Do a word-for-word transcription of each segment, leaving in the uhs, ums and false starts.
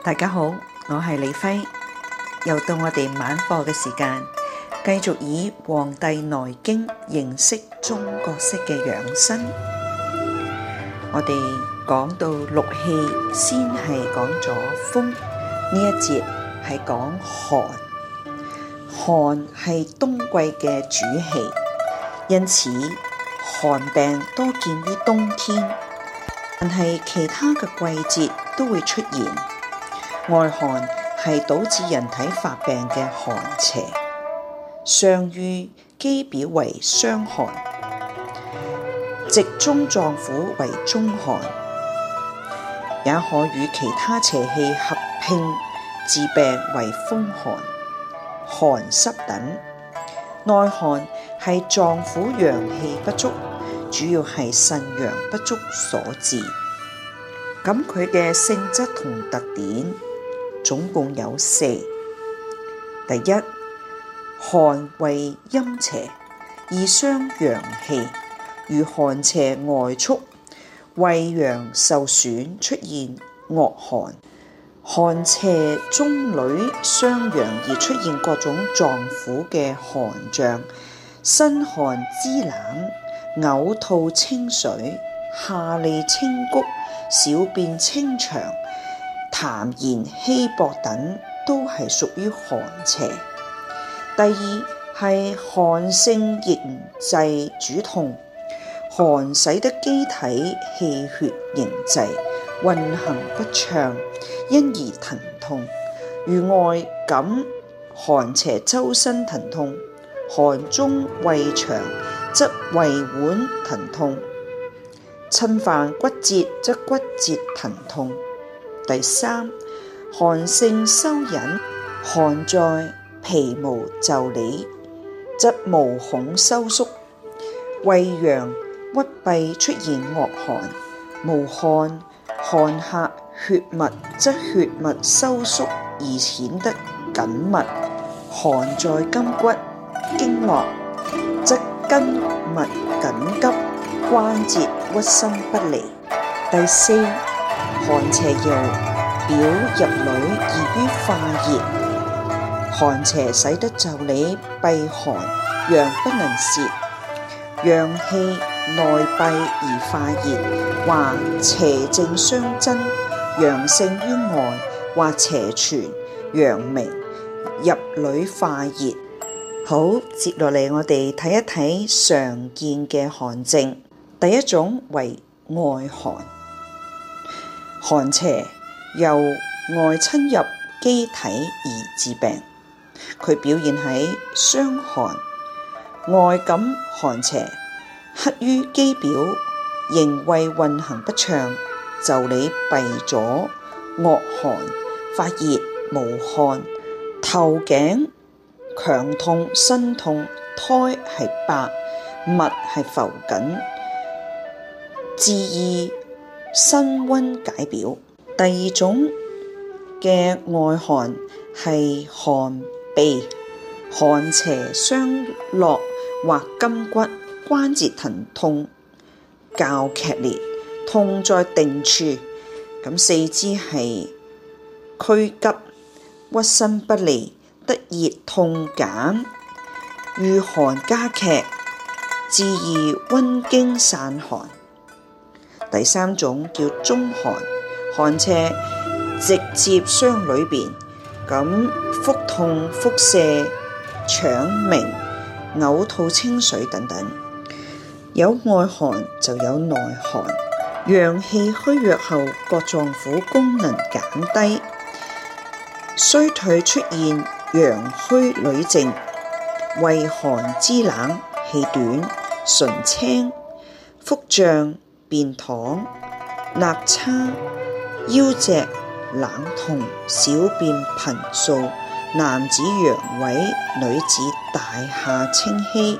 大家好，我係李輝，又到我哋晚課嘅時間，繼續以《黃帝內經》認識中國式嘅養生。我哋講到六氣，先係講咗風，呢一節係講寒。寒係冬季嘅主氣，因此寒病多見於冬天，但係其他嘅季節都會出現。外寒係導致人體發病嘅寒邪，上虞肌表為傷寒，直中臟腑為中寒，也可與其他邪氣合併致病為風寒、寒濕等。內寒係臟腑陽氣不足，主要係腎陽不足所致。咁佢嘅性質同特點總共有四。第一，寒為陰邪，易傷陽氣，如寒邪外束，胃陽受損，出現惡寒。寒邪中裏傷陽而出現各種臟腑嘅寒象，身寒肢冷，嘔吐清水，下利清谷，小便清長，痰涎稀薄等都係屬於寒邪。第二係寒性凝滯主痛，寒使得機體氣血凝滯，運行不暢，因而疼痛。如外感寒邪周身疼痛，寒中胃腸則胃脘疼痛，侵犯骨節則骨節疼痛。第三，寒性收隱，寒在皮毛腠理，則毛孔收縮，胃陽鬱閉，出現惡寒。無汗，寒下血脈，則血脈收縮而顯得緊密。寒在筋骨經絡，則筋脈緊急，關節屈伸不離。第四，寒邪由表入裏，易於化熱。寒邪使得腠理閉寒，陽不能泄，陽氣內閉而化熱，或邪正相爭，陽勝於外，或邪傳陽明，入裏化熱。好，接落嚟我哋睇一睇常見嘅寒症。第一種為外寒，寒邪由外侵入機體而致病，佢表現喺傷寒。外感寒邪刻於肌表，營衛運行不暢，腠理閉阻，惡寒，發熱無汗，頭頸強痛，身痛，胎係白，脈係浮緊，治宜辛溫解表。第二種嘅外寒係寒痹，寒邪傷絡或筋骨，關節疼痛較劇烈，痛在定處，咁四肢係拘急，屈伸不利，得熱痛減，遇寒加劇，治宜溫經散寒。第三種叫中寒，寒邪直接傷裏邊，咁腹痛、腹瀉、腸鳴、嘔吐清水等等。有外寒就有內寒，陽氣虛弱後，各臟腑功能減低，衰退，出現陽虛女症，畏寒肢冷，氣短，唇青，腹脹，便溏，肋差，腰脊冷痛，小便頻數，男子陽痿，女子大下清稀。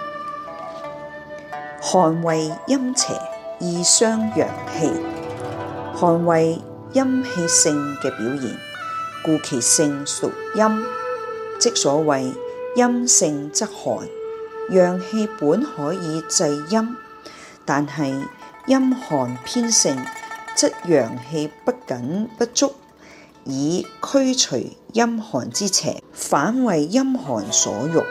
寒為陰邪，易傷陽氣。寒為陰氣性嘅表現，故其性屬陰，即所謂陰性則寒。陽氣本可以制陰，但係陰寒偏盛，則陽氣不緊不足， 以驅除陰寒之邪，反為陰寒所欲。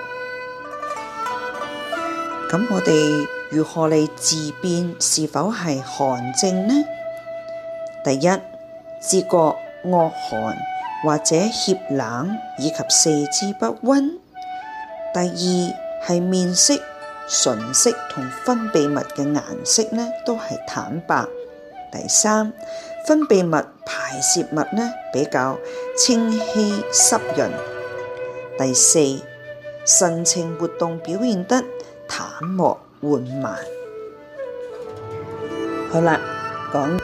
咁我哋如何嚟自辨是否係寒症呢？第一，自覺惡寒或者怯冷以及四肢不溫。第二係面色、唇色同分泌物嘅顏色呢都係淡白。第三，分泌物、排泄物呢比較清稀濕潤。第四，神情活動表現得淡漠緩慢。好啦，講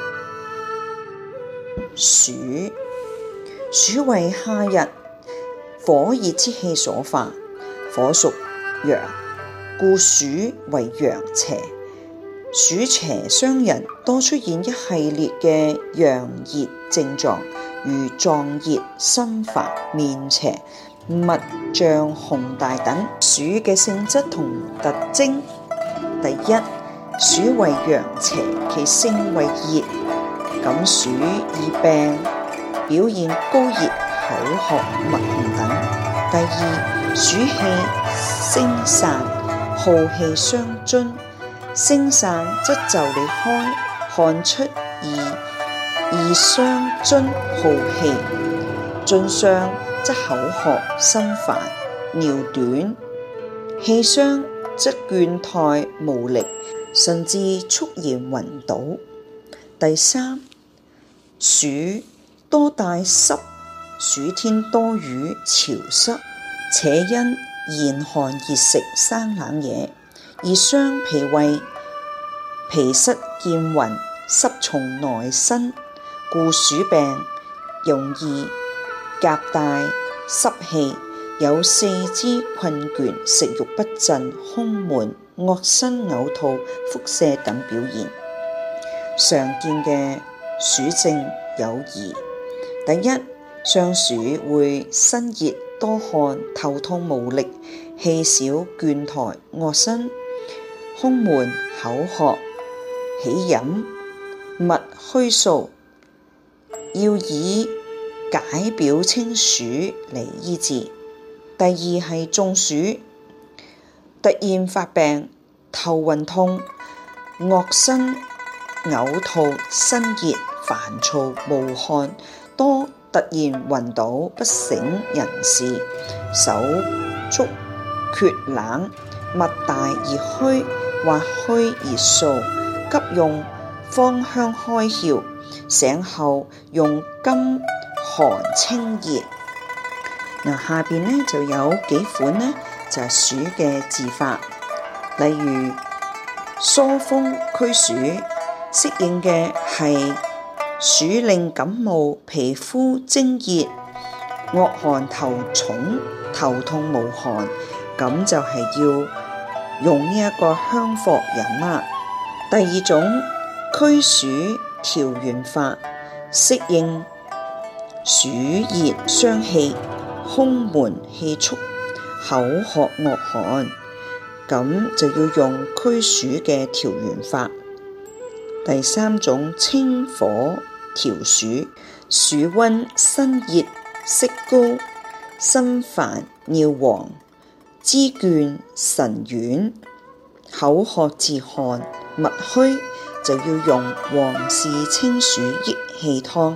暑，暑為夏日火熱之氣所化，火屬陽，故暑為陽邪。暑邪傷人，多出現一系列嘅陽熱症狀，如臟熱、心煩、面邪、脈脹洪大等。暑嘅性質同特徵：第一，暑為陽邪，其性為熱，咁暑易病，表現高熱、口渴、脈紅等。第二，暑氣聲散，耗氣傷津。聲散則就你開，汗出易易傷津耗氣；津傷則口渴心煩尿短；氣傷則倦怠無力，甚至猝然暈倒。第三，暑多帶濕，暑天多雨潮濕，且因嚴寒熱食生冷嘢，而傷脾胃，脾濕見暈，濕從內生，故暑病容易夾帶濕氣，有四肢困倦、食慾不振、胸悶、惡心、嘔吐、腹瀉等表現。常見嘅暑症有二：第一，上暑會身熱多汗、頭痛無力、氣少、倦怠、惡心、胸悶、口渴、喜飲、脈虛數，要以解表清暑嚟醫治。第二係中暑，突然發病，頭暈痛、惡心、嘔吐、身熱、煩躁、冒汗，多突然暈倒不省人事，手足厥冷，脈大而虛，或虛而數，急用芳香開竅，醒後用甘寒清熱。嗱，下邊呢就有幾款呢就係暑嘅治法，例如疏風驅暑，適應嘅係暑令感冒、皮膚蒸熱、惡寒頭重、頭痛無汗，咁就係要用呢一個香藿飲啦。第二種驅暑調元法，適應暑熱傷氣、胸悶氣促、口渴惡寒，咁就要用驅暑嘅調元法。第三種清火調暑，暑溫身熱色高、心煩尿黃、肢倦神軟、口渴自汗、脈虛，就要用黃氏清暑益氣湯。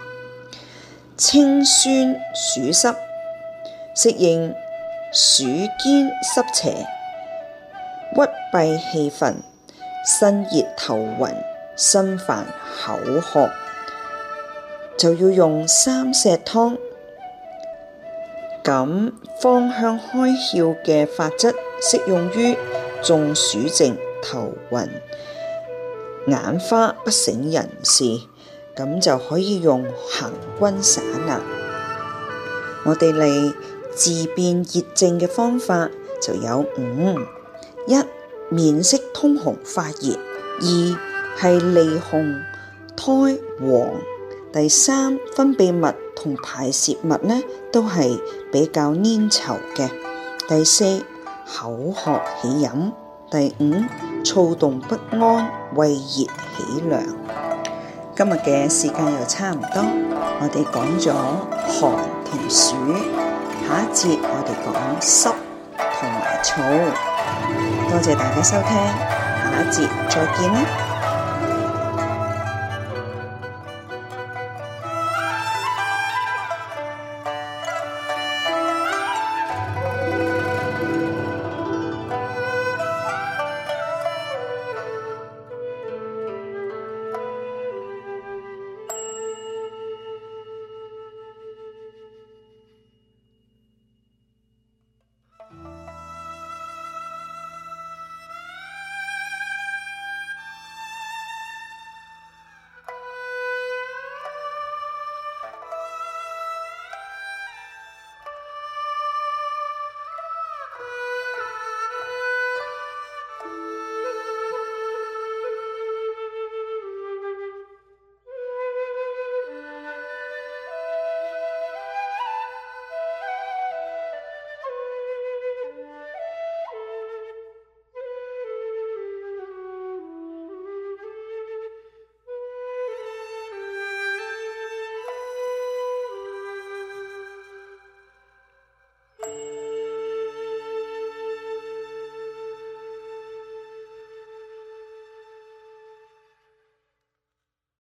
清宣暑濕，適應暑堅濕邪、鬱閉氣憤、身熱頭暈、心煩口渴，就要用三石湯。咁芳香開竅嘅法則適用於中暑症、頭暈、眼花、不省人事，咁就可以用行軍散啦。我哋嚟自辨熱症嘅方法就有五：一、面色通紅發熱；二係脷紅苔黃；第三，分泌物同排泄物呢都係比較粘稠嘅；第四，口渴喜飲；第五，躁動不安，胃熱喜涼。今日嘅時間又差唔多， 我哋講咗寒同暑，下一節我哋講濕同埋燥。多謝大家收聽，下一節再見啦。